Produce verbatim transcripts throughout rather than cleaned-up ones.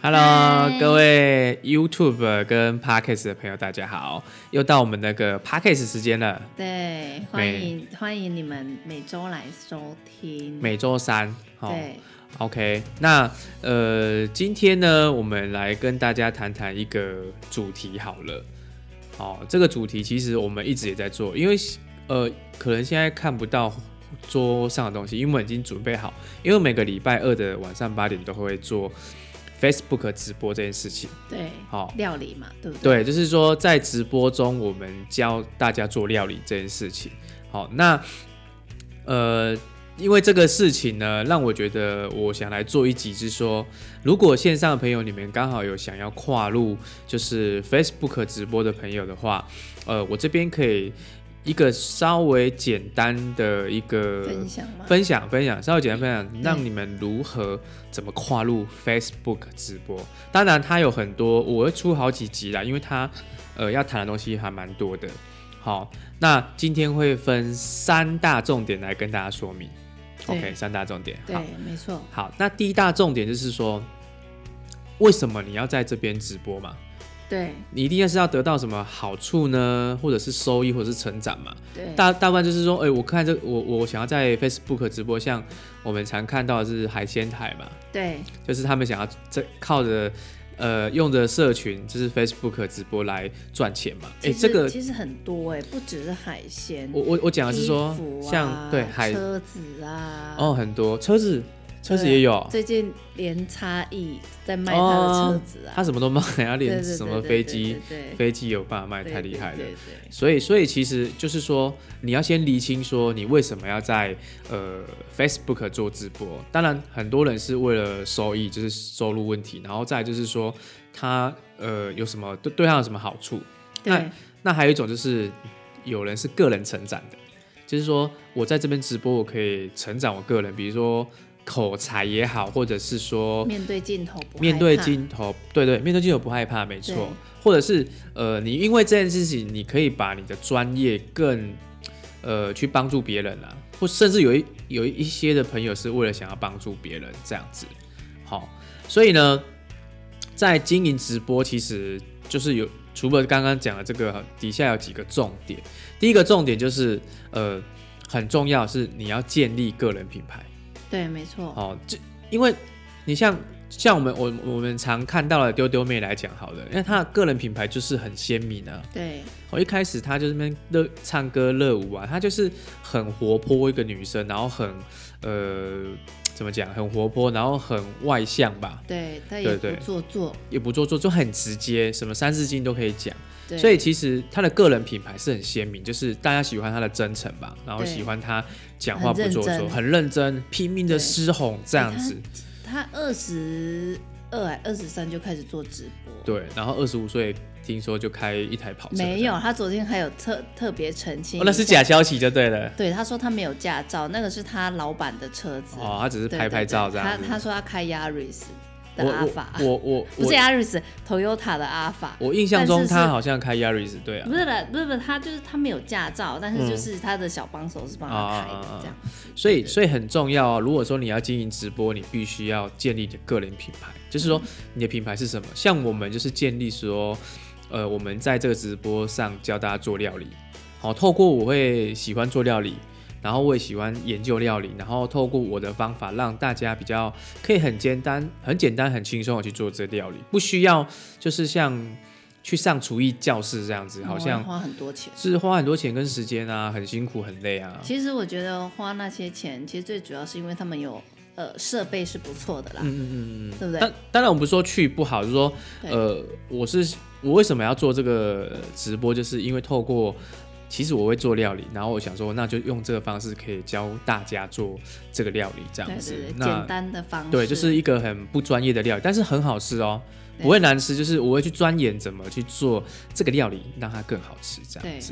Hello， 各位 YouTube 跟 Podcast 的朋友，大家好，又到我们那个 Podcast 时间了。 对，欢迎欢迎你们每周来收听， 每周三。 哦、对 ，OK， 那呃，今天呢，我们来跟大家谈谈一个主题好了。哦，这个主题其实我们一直也在做，因为呃，可能现在看不到桌上的东西，因为我们已经准备好，因为每个礼拜二的晚上八点都会做Facebook 直播这件事情。 对， 好、哦， 料理嘛，对不对？ 对，就是说在直播中，我们教大家做料理这件事情。好，那呃，因为这个事情呢，让我觉得我想来做一集，是说，如果线上的朋友你们刚好有想要跨入就是 Facebook 直播的朋友的话，呃，我这边可以一个稍微简单的一个分享吗？ 分享分享，稍微简单分享，让你们如何怎么跨入 Facebook 直播。当然，它有很多，我会出好几集啦，因为它呃要谈的东西还蛮多的。好，那今天会分三大重点来跟大家说明。OK， 三大重点。 对，没错。 好，那第一大重点就是说，为什么你要在这边直播嘛？ 对， 你一定是要得到什么好处呢？或者是收益，或者是成长嘛？ 对， 大大部分就是说，哎、欸，我看这我我想要在 Facebook 直播，像我们常看到的是海鲜台嘛， 对， 就是他们想要这靠着呃用着社群，就是 Facebook 直播来赚钱嘛。哎、欸，这个其实很多哎、欸，不只是海鲜， 我我我讲的是说， 啊、 像对海车子啊， 哦，很多车子。车子也有， 最近连差异在卖他的车子啊， 哦、他什么都卖，他连什么飞机，飞机有办法卖，太厉害了。 对对对对， 所以，所以其实就是说，你要先厘清说你为什么要在呃 Facebook 做直播。当然，很多人是为了收益，就是收入问题，然后再来就是说他呃有什么对对他有什么好处。那那还有一种就是有人是个人成长的，就是说我在这边直播，我可以成长我个人，比如说。口才也好，或者是说面对镜头不害怕， 面对镜头，对对，面对镜头不害怕，没错。或者是呃，你因为这件事情，你可以把你的专业更呃去帮助别人啊，或甚至有一有一些的朋友是为了想要帮助别人这样子。好，所以呢，在经营直播，其实就是有除了刚刚讲的这个，底下有几个重点。第一个重点就是呃，很重要是你要建立个人品牌。 对，没错。 哦，这因为你像像我们我我们常看到的丢丢妹来讲好了，因为她的个人品牌就是很鲜明啊。 对， 我、哦、一开始她就是那边热唱歌热舞啊，她就是很活泼一个女生，然后很呃怎么讲，很活泼，然后很外向吧。 对，她也不做作， 也不做作，就很直接，什么三字经都可以讲。所以其实他的个人品牌是很鲜明，就是大家喜欢他的真诚吧，然后喜欢他讲话不做作，很认真，拼命的嘶吼这样子。 他二十二还二十三就开始做直播， 对，然后二十五岁听说就开一台跑车。 没有，他昨天还有特特别澄清、 哦，那是假消息就对了。 对，他说他没有驾照，那个是他老板的车子。 哦，他只是拍拍照这样子。 对对对他他说他开 Yaris。的阿法， 我我 我, 我不是 Yaris Toyota 的阿法。 我印象中他好像开 Yaris， 对啊。 不是的，不是不是，他就是他没有驾照，但是就是他的小帮手是帮他开的、嗯、这样子。 所以所以很重要哦。如果说你要经营直播，你必须要建立你的个人品牌，就是说你的品牌是什么？像我们就是建立说，呃，我们在这个直播上教大家做料理，好，透过我会喜欢做料理。然后我也喜欢研究料理，然后透过我的方法，让大家比较可以很简单、很简单、很轻松的去做这料理，不需要就是像去上厨艺教室这样子，好像花很多钱， 是花很多钱跟时间啊，很辛苦、很累啊。 其实我觉得花那些钱，其实最主要是因为他们有呃设备是不错的啦，嗯嗯嗯对不对？ 当当然我们不是说去不好，就是说呃，我是我为什么要做这个直播，就是因为透过。其实我会做料理，然后我想说，那就用这个方式可以教大家做这个料理，这样子， 对对对， 那简单的方式， 对，就是一个很不专业的料理，但是很好吃哦，不会难吃，就是我会去钻研怎么去做这个料理，让它更好吃，这样子。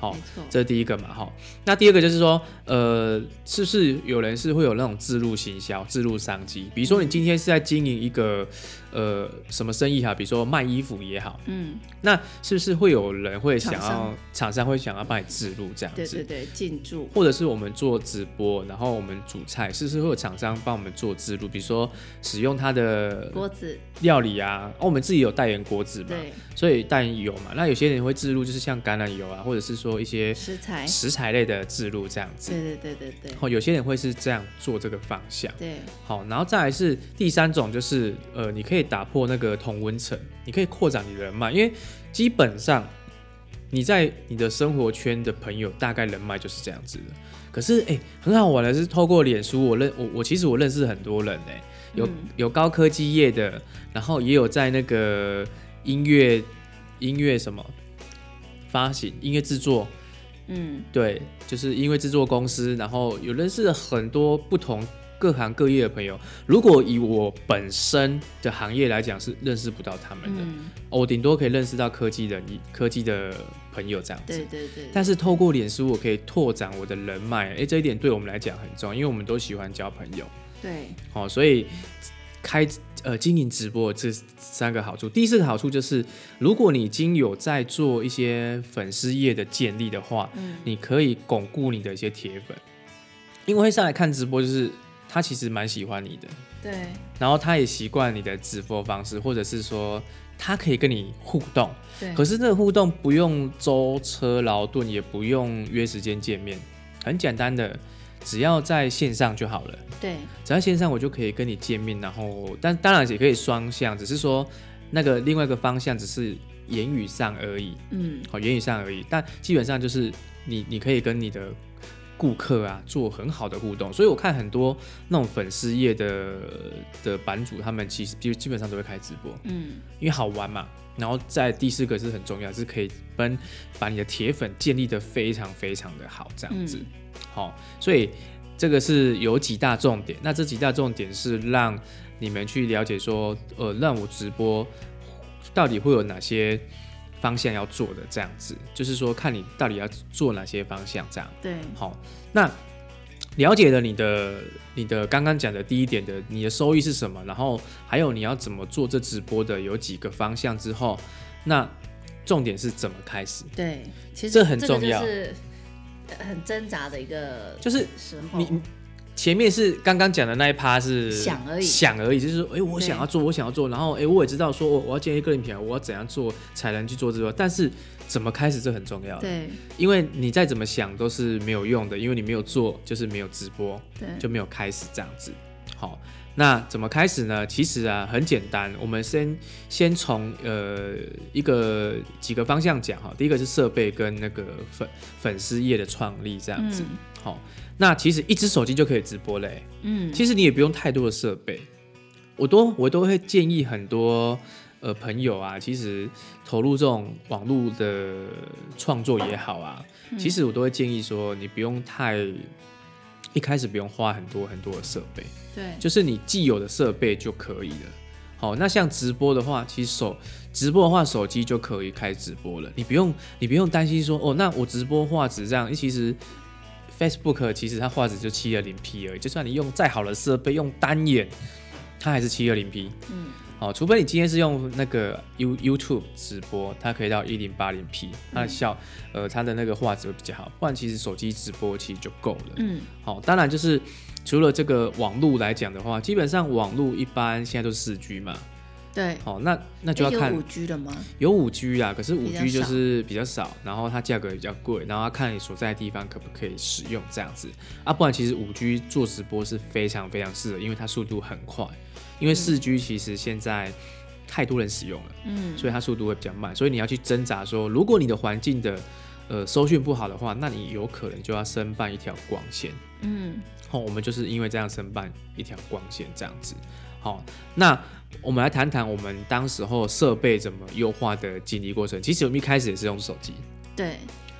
好，这是第一个嘛，哈。那第二个就是说，呃，是不是有人是会有那种置入行销、置入商机？比如说你今天是在经营一个呃什么生意哈，比如说卖衣服也好，嗯，那是不是会有人会想要厂商会想要帮你置入这样子？ 对对对，进驻， 或者是我们做直播，然后我们煮菜，是不是会有厂商帮我们做置入？比如说使用它的锅子料理啊，哦，我们自己有代言锅子嘛， 对， 所以代言油嘛。那有些人会置入，就是像橄榄油啊，或者是说一些食材食材类的置入这样子。 对对对对对。 哦，有些人会是这样做这个方向。 对。 好，然后再来是第三种，就是呃，你可以打破那个同温层，你可以扩展你的人脉，因为基本上你在你的生活圈的朋友，大概人脉就是这样子的。可是哎、欸，很好玩的是，透过脸书，我认我我其实我认识很多人哎、欸，有、嗯、有高科技业的，然后也有在那个音乐音乐什么发行音乐制作。嗯，对，就是因为制作公司，然后有认识了很多不同各行各业的朋友。如果以我本身的行业来讲，是认识不到他们的，嗯哦、我顶多可以认识到科技的科技的朋友这样子。 对对 对, 对。 但是透过脸书，我可以拓展我的人脉，哎，这一点对我们来讲很重要，因为我们都喜欢交朋友。 对。 哦，所以开呃经营直播这三个好处，第四个好处就是，如果你已经有在做一些粉丝页的建立的话，嗯、你可以巩固你的一些铁粉，因为会上来看直播，就是他其实蛮喜欢你的， 对， 然后他也习惯你的直播方式，或者是说他可以跟你互动， 对， 可是这个互动不用舟车劳顿，也不用约时间见面，很简单的。只要在线上就好了， 对， 只要线上我就可以跟你见面，然后但当然也可以双向，只是说那个另外一个方向只是言语上而已，嗯，好，言语上而已，但基本上就是你你可以跟你的顾客啊做很好的互动，所以我看很多那种粉丝页的的版主，他们其实基本上都会开直播，嗯，因为好玩嘛。然后在第四个是很重要，是可以跟把你的铁粉建立得非常非常的好，这样子。嗯好、哦，所以这个是有几大重点。那这几大重点是让你们去了解说，呃，让我直播到底会有哪些方向要做的，这样子，就是说看你到底要做哪些方向，这样。 对。 好、哦，那了解了你的你的刚刚讲的第一点的你的收益是什么，然后还有你要怎么做这直播的有几个方向之后，那重点是怎么开始？ 对，其实这很重要。 这个就是很挣扎的一个就是时候， 你前面是刚刚讲的那一趴是想而已， 想而已，就是说，哎、欸，我想要做，我想要做，然后，哎、欸，我也知道说，我要建立个人品牌，我要怎样做才能去做直播，但是怎么开始这很重要， 对， 因为你再怎么想都是没有用的，因为你没有做，就是没有直播， 对， 就没有开始这样子。好，那怎么开始呢？其实啊，很简单，我们先先从呃一个几个方向讲哈。第一个是设备跟那个粉粉丝页的创立这样子。好、嗯，那其实一只手机就可以直播嘞。嗯，其实你也不用太多的设备，我都我都会建议很多呃朋友啊，其实投入这种网络的创作也好啊，嗯、其实我都会建议说，你不用太一开始不用花很多很多的设备。 对， 就是你既有的设备就可以了。好，那像直播的话，其实手直播的话，手机就可以开直播了。你不用，你不用担心说，哦，那我直播画质这样，其实 Facebook 其实它画质就七二零 P 而已，就算你用再好的设备，用单眼，它还是七二零 P。嗯，好，除非你今天是用那个 YouTube 直播，它可以到一零八零 P， 它的效，呃，它的那个画质会比较好。不然其实手机直播其实就够了。嗯，好，当然就是。除了这个网路来讲的话，基本上网路一般现在都是四 G 嘛。 对。 好、哦，那那就要看。 有五 G 的吗？ 有五 G 啊，可是五 G 就是比较少，然后它价格也比较贵，然后要看你所在的地方可不可以使用这样子啊。不然其实五 G 做直播是非常非常适合，因为它速度很快。因为四 G 其实现在太多人使用了，嗯，所以它速度会比较慢，所以你要去挣扎说，如果你的环境的呃收讯不好的话，那你有可能就要申办一条光纤，嗯。哦、我们就是因为这样申办一条光纤这样子。好、哦，那我们来谈谈我们当时候设备怎么优化的经历过程。其实我们一开始也是用手机， 对，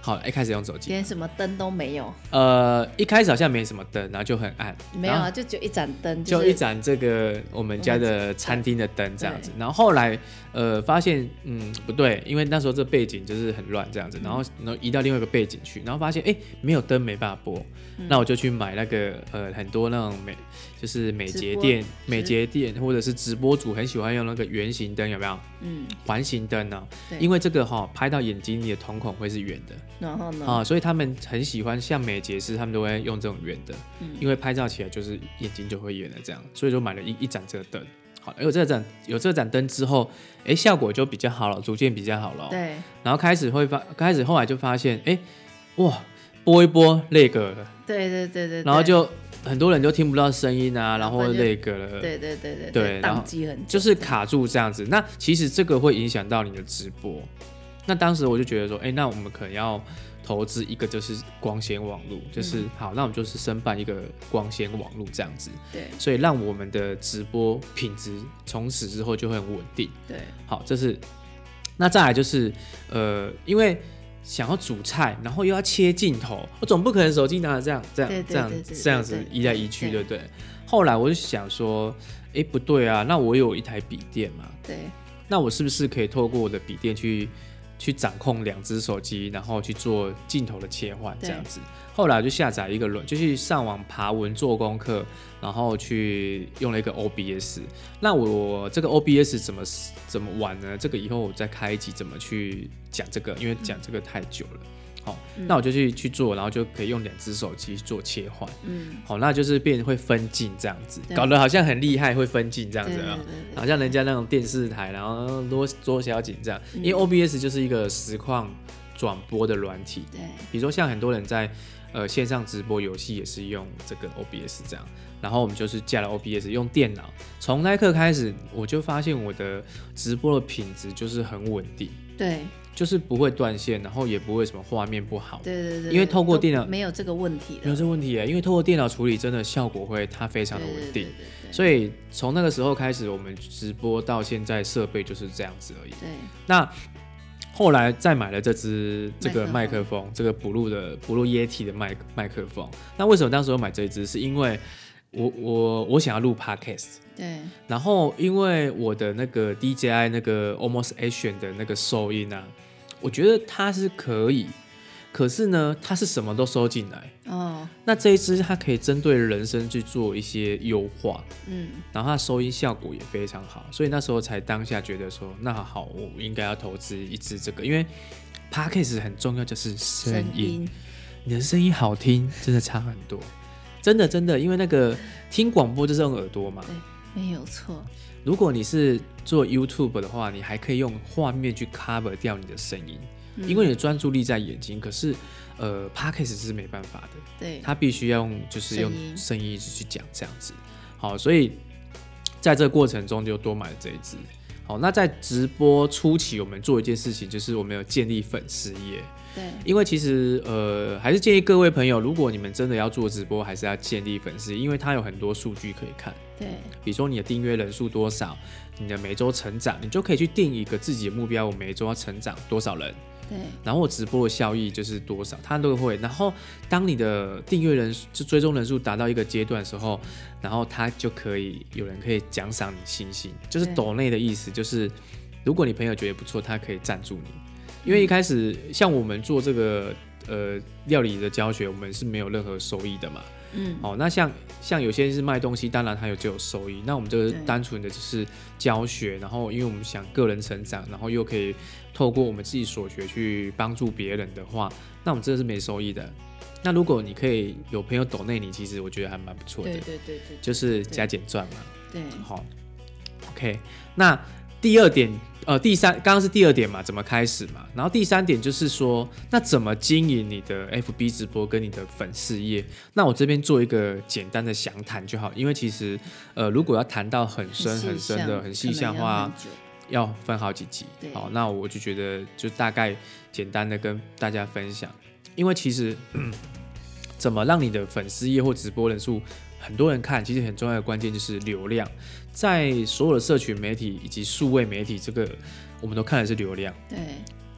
好，一开始用手机， 连什么灯都没有。 呃，一开始好像没什么灯，然后就很暗。 没有啊，就只有一盏灯， 就一盏这个我们家的餐厅的灯这样子。然后后来呃发现嗯不对，因为那时候这背景就是很乱这样子，然后然后移到另外一个背景去，然后发现哎没有灯没办法播，嗯、那我就去买那个呃很多那种美就是美睫店、美睫店或者是直播主很喜欢用那个圆形灯，有没有？嗯，环形灯呢、啊，因为这个哈、哦、拍到眼睛你的瞳孔会是圆的， 然后呢啊，所以他们很喜欢像美睫师，他们都会用这种圆的、嗯，因为拍照起来就是眼睛就会圆的这样，所以就买了一一盏这个灯。好，有这盏有这盏灯之后，哎，效果就比较好了，逐渐比较好了、哦。 对。 然后开始会发，开始后来就发现，哎，哇，播一播那个了。 对对对 对, 對。 然后就很多人就听不到声音啊，然后那个了。 对对对对对， 宕机很久， 就是卡住这样子。那其实这个会影响到你的直播。那当时我就觉得说，哎，那我们可能要投资一个就是光纤网路，就是、嗯、好，那我们就是申办一个光纤网路这样子， 对， 所以让我们的直播品质从此之后就会很稳定， 对， 好，这是那再来就是呃，因为想要煮菜，然后又要切镜头，我总不可能手机拿着这样这样对对对这样对对对这样子移来移去，对不对？后来我就想说，哎，不对啊，那我有一台笔电嘛， 对， 那我是不是可以透过我的笔电去去掌控两只手机，然后去做镜头的切换，这样子。后来就下载一个软，就去上网爬文做功课，然后去用了一个 O B S。那我这个 O B S 怎么怎么玩呢？这个以后我再开一集怎么去讲这个，因为讲这个太久了。好，嗯、那我就去去做，然后就可以用两只手机做切换。嗯，好，那就是变会分镜这样子，搞得好像很厉害，会分镜这样子啊，好像人家那种电视台，然后多多小景这样。因为 O B S 就是一个实况转播的软体，对，比如说像很多人在呃线上直播游戏也是用这个 O B S 这样，然后我们就是架了 O B S 用电脑，从那一刻开始我就发现我的直播的品质就是很稳定， 对。 就是不会断线，然后也不会什么画面不好。 对对对， 因为透过电脑没有这个问题的， 没有这个问题耶，因为透过电脑处理，真的效果会它非常的稳定。对对对对对，所以从那个时候开始，我们直播到现在设备就是这样子而已。 对。 那后来再买了这支这个麦克风，这个 Blue 的 Blue Yeti 的麦麦克风。那为什么当时我买这一支？是因为我我我想要录 Podcast。 对， 然后因为我的那个 D J I 那个 Almost Action 的那个收音啊，我觉得它是可以，可是呢，它是什么都收进来。哦。那这一支它可以针对人声去做一些优化，嗯，然后它收音效果也非常好，所以那时候才当下觉得说，那好，我应该要投资一支这个，因为 Podcast 很重要就是声音，声音你的声音好听，真的差很多，真的真的，因为那个听广播就是用耳朵嘛。 对。没有错。 如果你是做 YouTube 的话，你还可以用画面去 cover 掉你的声音，嗯、因为你的专注力在眼睛。可是，呃 ，Podcast 是没办法的， 对， 它必须要用就是用声音一直去讲这样子。好，所以在这个过程中就多买了这一支。好，那在直播初期，我们做一件事情，就是我们有建立粉丝页。 对， 因为其实呃，还是建议各位朋友，如果你们真的要做直播，还是要建立粉丝，因为它有很多数据可以看。 对， 比如说你的订阅人数多少，你的每周成长，你就可以去定一个自己的目标，我每周要成长多少人。 对， 然后我直播的效益就是多少，它都会。然后当你的订阅人数就追踪人数达到一个阶段的时候，然后它就可以有人可以奖赏你星星，就是抖内的意思，就是如果你朋友觉得不错，他可以赞助你。因为一开始像我们做这个呃料理的教学，我们是没有任何收益的嘛。嗯，好、哦，那像像有些是卖东西，当然它有就有收益。那我们这个单纯的就是教学，然后因为我们想个人成长，然后又可以透过我们自己所学去帮助别人的话，那我们这个是没收益的。那如果你可以有朋友抖内你，其实我觉得还蛮不错的。 对对对 对, 对， 就是加减赚嘛。 对， 好 ，OK， 那第二点。呃，第三，刚刚是第二点嘛，怎么开始嘛？然后第三点就是说，那怎么经营你的 F B 直播跟你的粉丝页？那我这边做一个简单的详谈就好，因为其实，呃，如果要谈到很深很深的、很细项的话，要分好几集。好，那我就觉得就大概简单的跟大家分享，因为其实、嗯、怎么让你的粉丝页或直播人数很多人看，其实很重要的关键就是流量。在所有的社群媒体以及数位媒体，这个我们都看的是流量。 对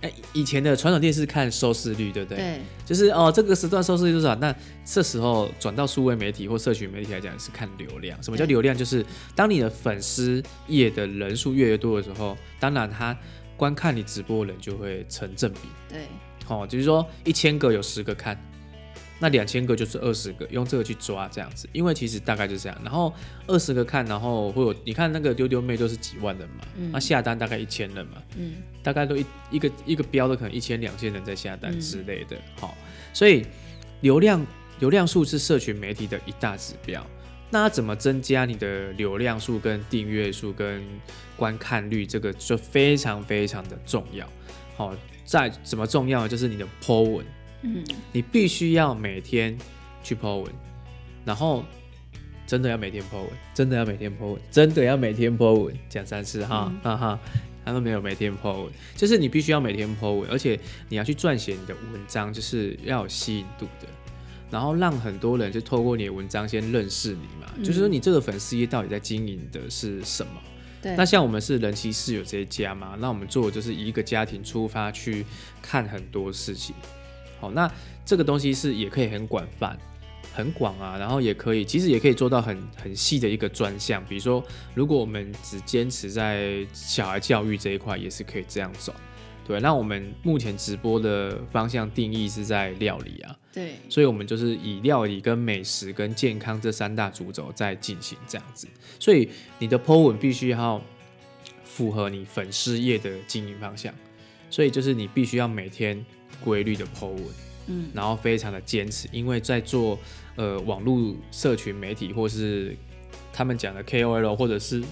哎，以前的传统电视看收视率，对不对？ 对， 就是哦，这个时段收视率多少？那这时候转到数位媒体或社群媒体来讲，是看流量。什么叫流量？就是当你的粉丝页的人数越来越多的时候，当然他观看你直播的人就会成正比。 对， 哦，就是说一千个有十个看。那两千个就是二十个，用这个去抓这样子，因为其实大概就是这样。然后二十个看，然后会有你看那个丢丢妹都是几万人嘛，那、嗯啊、下单大概一千人嘛，嗯，大概都 一, 一个一个标的可能一千两千人在下单之类的，好、嗯，所以流量流量数是社群媒体的一大指标。那要怎么增加你的流量数、跟订阅数、跟观看率，这个就非常非常的重要。好，再怎么重要呢？就是你的 po 文。嗯，你必须要每天去 po 文，然后真的要每天 po 文，真的要每天 po 文，真的要每天 po 文，讲三次哈，嗯、哈哈，他都没有每天 po 文，就是你必须要每天 po 文，而且你要去撰写你的文章，就是要有吸引度的，然后让很多人就透过你的文章先认识你嘛，嗯、就是说你这个粉丝页到底在经营的是什么。那像我们是人妻室友这一家嘛，那我们做的就是以一个家庭出发去看很多事情。好，那这个东西是也可以很广泛、很广啊，然后也可以，其实也可以做到很很细的一个专项。比如说，如果我们只坚持在小孩教育这一块，也是可以这样走。对，那我们目前直播的方向定义是在料理啊， 对， 所以我们就是以料理、跟美食、跟健康这三大主轴在进行这样子。所以你的 po 文必须要符合你粉丝页的经营方向，所以就是你必须要每天规律的 po 文，嗯，然后非常的坚持，因为在做呃网络社群媒体或是他们讲的 K O L 或者是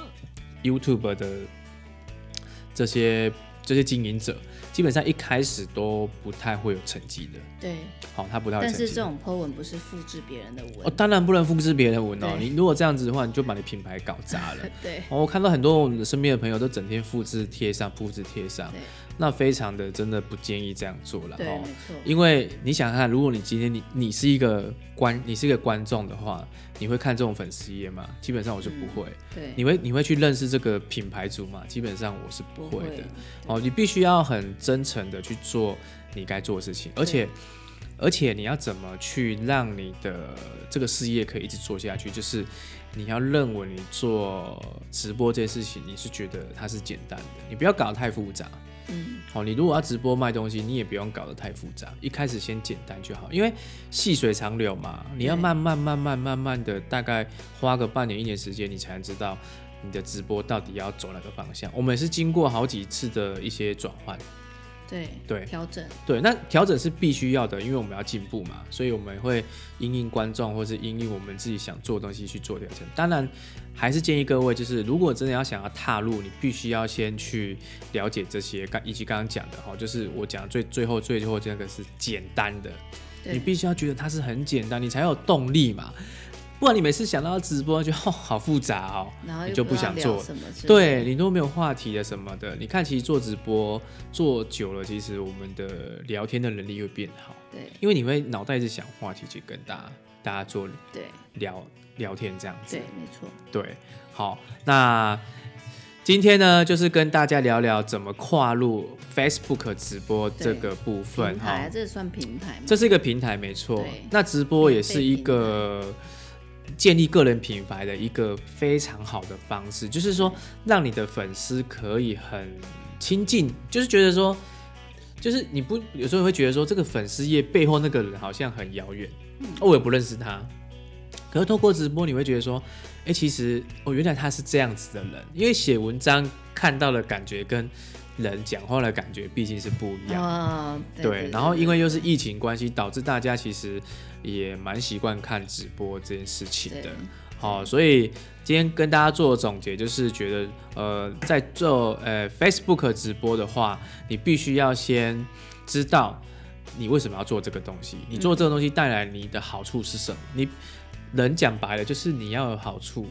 YouTube 的这些这些经营者，基本上一开始都不太会有成绩的。 对， 好、哦，他不太会有成绩。 但是这种 po 文不是复制别人的文， 哦，当然不能复制别人的文哦。你如果这样子的话，你就把你品牌搞砸了。 对、 哦，我看到很多我们身边的朋友都整天复制贴上，复制贴上。那非常的真的不建议这样做了， 对， 哦， 没错。 因为你想看看，如果你今天你你是一个观，你是一个观众的话，你会看这种粉丝页吗？基本上我是不会。 嗯、对， 你会你会去认识这个品牌主吗？基本上我是不会的。哦，你必须要很真诚的去做你该做的事情，而且而且你要怎么去让你的这个事业可以一直做下去，就是你要认为你做直播这件事情，你是觉得它是简单的，你不要搞得太复杂。嗯，好，你如果要直播卖东西，你也不用搞得太复杂，一开始先简单就好，因为细水长流嘛，你要慢慢慢慢慢慢的，大概花个半年一年时间，你才能知道你的直播到底要走哪个方向。我们也是经过好几次的一些转换。 对对， 调整对，那调整是必须要的，因为我们要进步嘛，所以我们会因应观众或是因应我们自己想做的东西去做调整。当然，还是建议各位，就是如果真的要想要踏入，你必须要先去了解这些，以及刚刚讲的哈，就是我讲最最后最后这个是简单的，你必须要觉得它是很简单，你才有动力嘛。不然你每次想到直播就、哦、好复杂哦，你就不想做。对，你都没有话题的什么的。你看，其实做直播做久了，其实我们的聊天的能力会变好。 对， 因为你会脑袋一直想话题去跟大家大家做对聊聊天这样子。 对，没错。 对，好，那今天呢，就是跟大家聊聊怎么跨入 Facebook 直播这个部分。 平台，这算平台吗？ 这是一个平台，没错。那直播也是一个建立个人品牌的一个非常好的方式，就是说让你的粉丝可以很亲近，就是觉得说，就是你不有时候会觉得说，这个粉丝页背后那个人好像很遥远，嗯，我也不认识他。可是透过直播，你会觉得说，哎、欸，其实哦，原来他是这样子的人，因为写文章看到的感觉跟人讲话的感觉毕竟是不一样的，哦、对, 对, 对, 对。然后因为又是疫情关系，导致大家其实也蛮习惯看直播这件事情的。好、哦，所以今天跟大家做的总结就是觉得，呃，在做呃 Facebook 直播的话，你必须要先知道你为什么要做这个东西，你做这个东西带来你的好处是什么。你人讲白了就是你要有好处，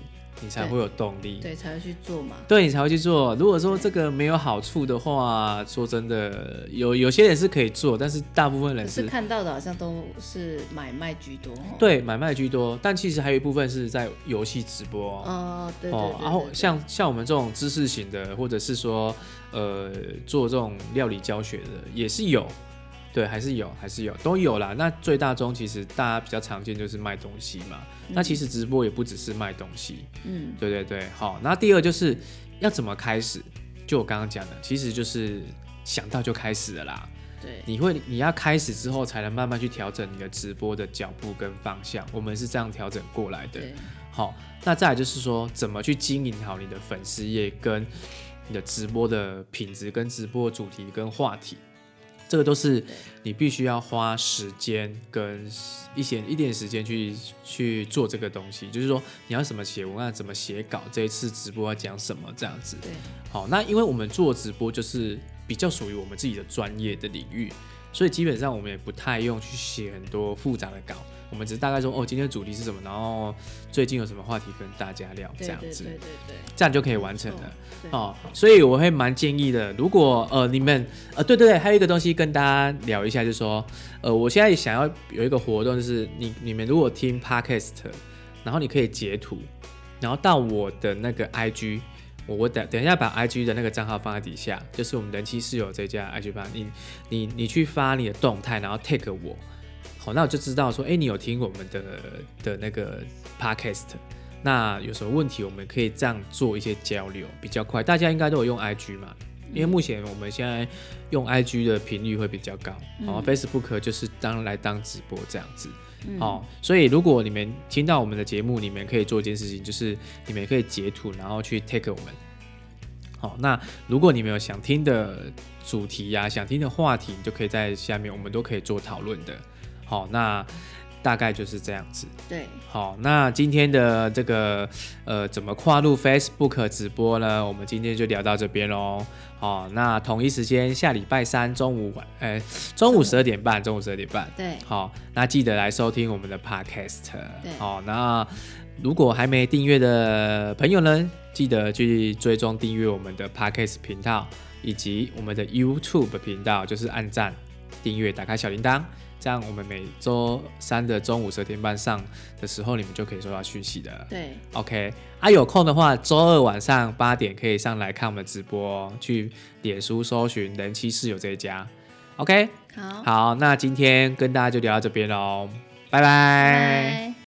你才会有动力， 对，才会去做嘛。 对，你才会去做。如果说这个没有好处的话，说真的，有有些人是可以做，但是大部分人是是看到的好像都是买卖居多。 对，买卖居多，但其实还有一部分是在游戏直播。 哦，对对 对, 对, 对。 然后像像我们这种知识型的，或者是说呃做这种料理教学的，也是有。对，还是有，还是有，都有啦。那最大宗其实大家比较常见就是卖东西嘛。嗯、那其实直播也不只是卖东西。嗯，对对对。好，那第二就是要怎么开始？就我刚刚讲的，其实就是想到就开始了啦。 对， 你会你要开始之后，才能慢慢去调整你的直播的脚步跟方向。我们是这样调整过来的。好，那再来就是说，怎么去经营好你的粉丝页跟你的直播的品质、跟直播的主题跟话题。这个都是你必须要花时间跟一些一点时间去去做这个东西，就是说你要怎么写文案，怎么写稿，这一次直播要讲什么这样子。 对， 好，那因为我们做直播就是比较属于我们自己的专业的领域，所以基本上我们也不太用去写很多复杂的稿，我们只是大概说哦，今天的主题是什么，然后最近有什么话题跟大家聊这样子， 对对对对对， 这样就可以完成了。哦，所以我会蛮建议的，如果呃你们呃对对对，还有一个东西跟大家聊一下，就是说呃我现在想要有一个活动，就是你你们如果听 podcast， 然后你可以截图，然后到我的那个 I G， 我我等等一下把 I G 的那个账号放在底下，就是我们人妻室友这家 I G 吧，你你你去发你的动态，然后 tag 我，好，那我就知道说，哎，你有听我们的的那个 podcast。那有什么问题，我们可以这样做一些交流，比较快。大家应该都有用 I G 嘛，因为目前我们现在用 I G 的频率会比较高，嗯哦、Facebook 就是当来当直播这样子。嗯哦、所以如果你们听到我们的节目，你们可以做一件事情，就是你们可以截图，然后去 take 我们。好、哦，那如果你们有想听的主题呀、啊，想听的话题，你就可以在下面，我们都可以做讨论的。好、哦，那。大概就是这样子。 对， 好，那今天的这个呃怎么跨入 Facebook 直播呢？我们今天就聊到这边喽。好，那同一时间下礼拜三中午晚，呃中午十二点半，中午十二点半。 对， 好，那记得来收听我们的 Podcast。 对， 好，那如果还没订阅的朋友呢，记得去追踪订阅我们的 Podcast 频道，以及我们的 YouTube 频道，就是按赞、订阅、打开小铃铛。这样我们每周三的中午十二点半上的时候，你们就可以收到讯息的。 对 ，OK。啊，有空的话，周二晚上八点可以上来看我们的直播哦，去脸书搜寻人妻室友这一家。OK。 好， 好，那今天跟大家就聊到这边喽，拜拜。 拜拜。